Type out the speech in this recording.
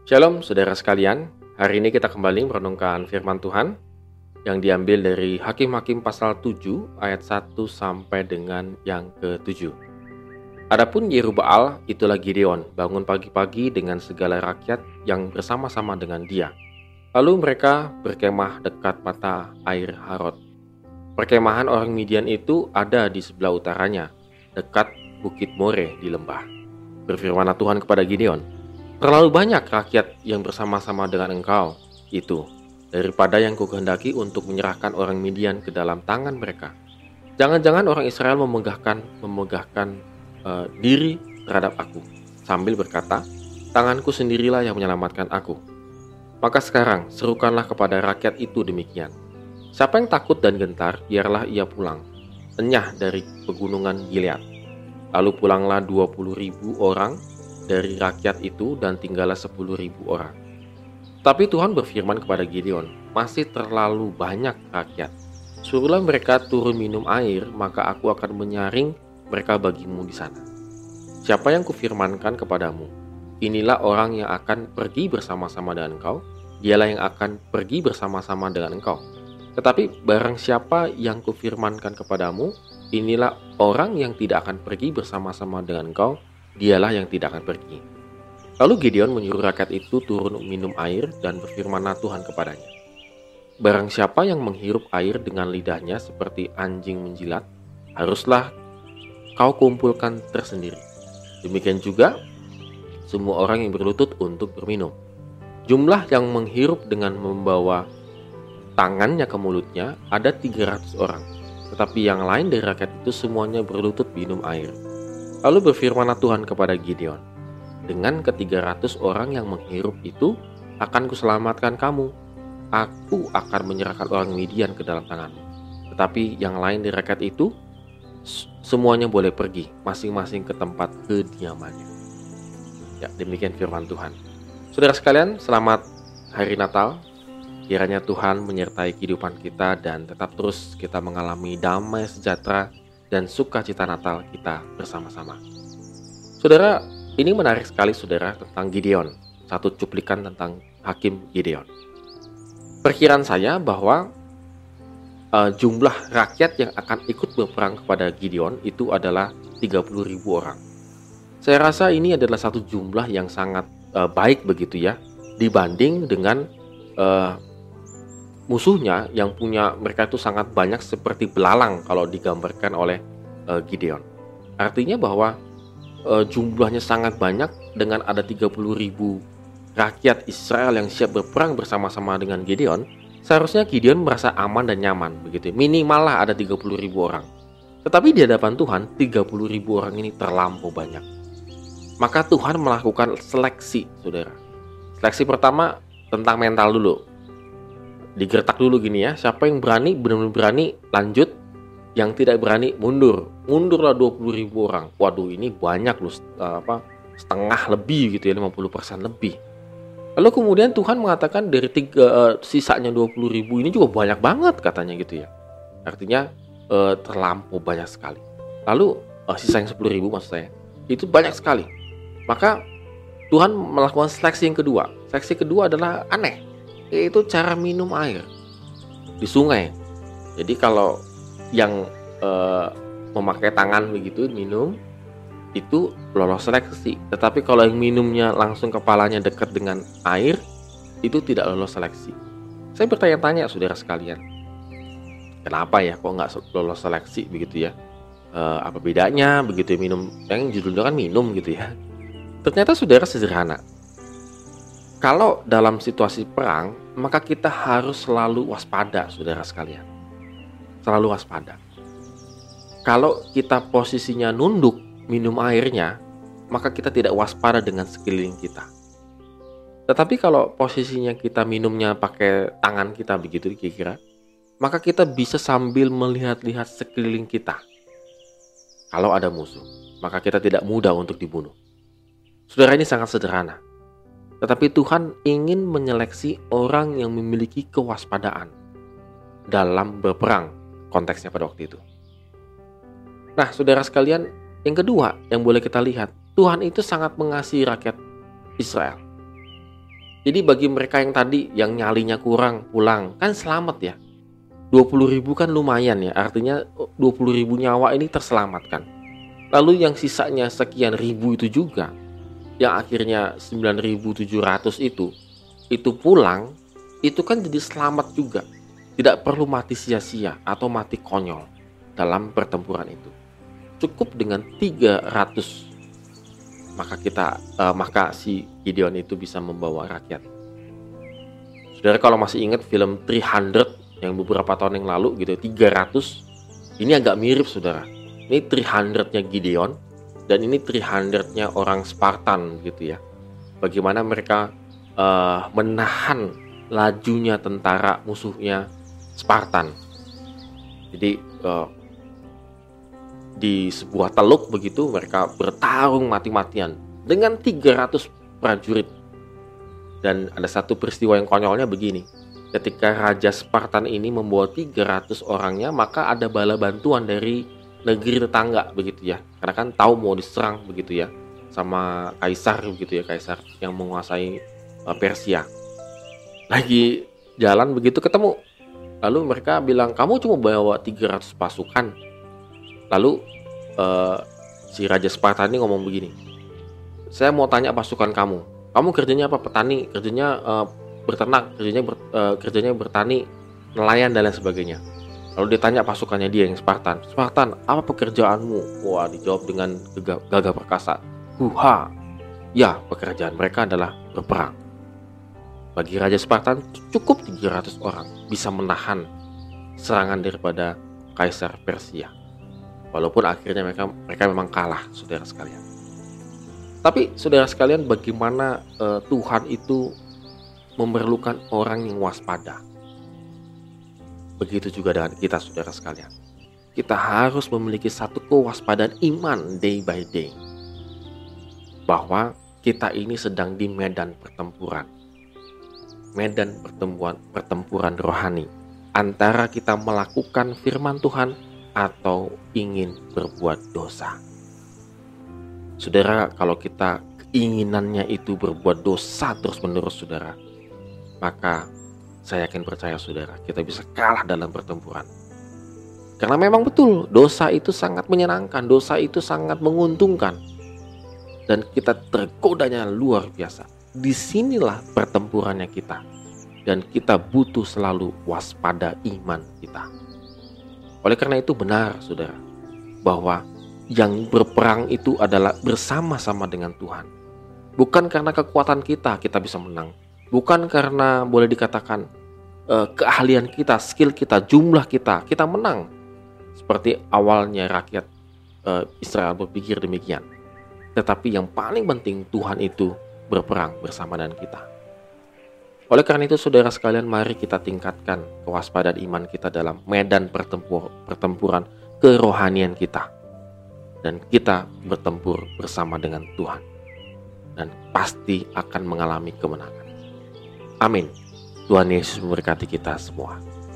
Shalom saudara sekalian, hari ini kita kembali merenungkan firman Tuhan yang diambil dari Hakim-Hakim pasal 7 ayat 1 sampai dengan yang ke-7. Adapun Yerubbaal, itulah Gideon, bangun pagi-pagi dengan segala rakyat yang bersama-sama dengan dia. Lalu mereka berkemah dekat mata air Harod. Perkemahan orang Midian itu ada di sebelah utaranya, dekat Bukit More di lembah. Berfirmanlah Tuhan kepada Gideon, "Terlalu banyak rakyat yang bersama-sama dengan engkau itu, daripada yang kukehendaki untuk menyerahkan orang Midian ke dalam tangan mereka. Jangan-jangan orang Israel memegahkan diri terhadap aku, sambil berkata, tanganku sendirilah yang menyelamatkan aku. Maka sekarang serukanlah kepada rakyat itu demikian. Siapa yang takut dan gentar, biarlah ia pulang, enyah dari pegunungan Gilead." Lalu pulanglah 20.000 orang dari rakyat itu dan tinggallah 10.000 orang. Tapi Tuhan berfirman kepada Gideon, "Masih terlalu banyak rakyat. Suruhlah mereka turun minum air, maka aku akan menyaring mereka bagimu di sana. Siapa yang kufirmankan kepadamu, inilah orang yang akan pergi bersama-sama dengan engkau, dialah yang akan pergi bersama-sama dengan engkau. Tetapi barang siapa yang kufirmankan kepadamu, inilah orang yang tidak akan pergi bersama-sama dengan engkau, dialah yang tidak akan pergi." Lalu Gideon menyuruh rakyat itu turun minum air dan berfirmanlah Tuhan kepadanya, "Barang siapa yang menghirup air dengan lidahnya seperti anjing menjilat, haruslah kau kumpulkan tersendiri. Demikian juga semua orang yang berlutut untuk berminum. Jumlah yang menghirup dengan membawa tangannya ke mulutnya ada 300 orang, tetapi yang lain dari rakyat itu semuanya berlutut minum air." Lalu berfirmanlah Tuhan kepada Gideon, "Dengan ke-300 orang yang menghirup itu akan kuselamatkan kamu. Aku akan menyerahkan orang Midian ke dalam tanganmu. Tetapi yang lain dari rakyat itu semuanya boleh pergi masing-masing ke tempat kediamannya." Ya, demikian firman Tuhan. Saudara sekalian, selamat Hari Natal. Kiranya Tuhan menyertai kehidupan kita dan tetap terus kita mengalami damai sejahtera dan sukacita Natal kita bersama-sama. Saudara, ini menarik sekali saudara tentang Gideon. Satu cuplikan tentang Hakim Gideon. Perkiraan saya bahwa jumlah rakyat yang akan ikut berperang kepada Gideon itu adalah 30.000 orang. Saya rasa ini adalah satu jumlah yang sangat baik begitu ya, dibanding dengan musuhnya yang punya mereka itu sangat banyak seperti belalang kalau digambarkan oleh Gideon. Artinya bahwa jumlahnya sangat banyak dengan ada 30.000 rakyat Israel yang siap berperang bersama-sama dengan Gideon. Seharusnya Gideon merasa aman dan nyaman begitu. Minimal lah ada 30.000 orang. Tetapi di hadapan Tuhan 30.000 orang ini terlampau banyak. Maka Tuhan melakukan seleksi, saudara. Seleksi pertama tentang mental dulu. Digertak dulu gini ya, siapa yang berani, benar-benar berani, lanjut. Yang tidak berani, mundur. Mundurlah 20.000 orang. Waduh, ini banyak loh, setengah lebih gitu ya, 50% lebih. Lalu kemudian Tuhan mengatakan dari sisanya 20.000 ini juga banyak banget katanya gitu ya. Artinya terlampau banyak sekali. Lalu sisa yang 10.000 maksud saya, itu banyak sekali. Maka Tuhan melakukan seleksi yang kedua. Seleksi kedua adalah aneh, yaitu cara minum air di sungai. Jadi kalau yang memakai tangan begitu minum itu lolos seleksi, tetapi kalau yang minumnya langsung kepalanya dekat dengan air itu tidak lolos seleksi. Saya bertanya-tanya saudara sekalian, kenapa ya kok nggak lolos seleksi begitu ya? Apa bedanya begitu ya, minum yang judulnya kan minum gitu ya? Ternyata saudara sederhana. Kalau dalam situasi perang, maka kita harus selalu waspada, saudara sekalian. Selalu waspada. Kalau kita posisinya nunduk minum airnya, maka kita tidak waspada dengan sekeliling kita. Tetapi kalau posisinya kita minumnya pakai tangan kita begitu kira-kira, maka kita bisa sambil melihat-lihat sekeliling kita. Kalau ada musuh, maka kita tidak mudah untuk dibunuh. Saudara, ini sangat sederhana. Tetapi Tuhan ingin menyeleksi orang yang memiliki kewaspadaan dalam berperang, konteksnya pada waktu itu. Nah, saudara sekalian, yang kedua yang boleh kita lihat, Tuhan itu sangat mengasihi rakyat Israel. Jadi bagi mereka yang tadi yang nyalinya kurang pulang, kan selamat ya. 20.000 kan lumayan ya, artinya 20.000 nyawa ini terselamatkan. Lalu yang sisanya sekian ribu itu juga, yang akhirnya 9.700 itu pulang, itu kan jadi selamat juga. Tidak perlu mati sia-sia atau mati konyol dalam pertempuran itu. Cukup dengan 300, maka si Gideon itu bisa membawa rakyat. Saudara kalau masih ingat film 300 yang beberapa tahun yang lalu gitu, 300, ini agak mirip saudara. Ini 300-nya Gideon dan ini 300-nya orang Spartan gitu ya. Bagaimana mereka menahan lajunya tentara musuhnya Spartan. Jadi di sebuah teluk begitu mereka bertarung mati-matian dengan 300 prajurit. Dan ada satu peristiwa yang konyolnya begini. Ketika Raja Spartan ini membawa 300 orangnya, maka ada bala bantuan dari negeri tetangga begitu ya. Karena kan tahu mau diserang begitu ya sama kaisar begitu ya, kaisar yang menguasai Persia. Lagi jalan begitu ketemu. Lalu mereka bilang, kamu cuma bawa 300 pasukan. Lalu si Raja Sparta ini ngomong begini, saya mau tanya pasukan kamu kerjanya apa? Petani, kerjanya berternak, kerjanya bertani, nelayan dan lain sebagainya. Lalu ditanya pasukannya dia yang Spartan, apa pekerjaanmu? Wah, dijawab dengan gagah perkasa, huha, ya pekerjaan mereka adalah berperang. Bagi Raja Spartan cukup 300 orang bisa menahan serangan daripada Kaisar Persia. Walaupun akhirnya mereka memang kalah, saudara sekalian. Tapi saudara sekalian, bagaimana Tuhan itu memerlukan orang yang waspada. Begitu juga dengan kita, saudara sekalian. Kita harus memiliki satu kewaspadaan iman day by day. Bahwa kita ini sedang di medan pertempuran. Medan pertempuran rohani antara kita melakukan firman Tuhan atau ingin berbuat dosa. Saudara, kalau kita keinginannya itu berbuat dosa terus-menerus saudara, maka saya yakin percaya saudara, kita bisa kalah dalam pertempuran. Karena memang betul, dosa itu sangat menyenangkan, dosa itu sangat menguntungkan. Dan kita tergodanya luar biasa. Disinilah pertempurannya kita. Dan kita butuh selalu waspada iman kita. Oleh karena itu benar saudara, bahwa yang berperang itu adalah bersama-sama dengan Tuhan. Bukan karena kekuatan kita bisa menang. Bukan karena boleh dikatakan keahlian kita, skill kita, jumlah kita menang. Seperti awalnya rakyat Israel berpikir demikian. Tetapi yang paling penting, Tuhan itu berperang bersama dengan kita. Oleh karena itu saudara sekalian, mari kita tingkatkan kewaspadaan iman kita dalam medan pertempuran kerohanian kita. Dan kita bertempur bersama dengan Tuhan. Dan pasti akan mengalami kemenangan. Amin. Tuhan Yesus memberkati kita semua.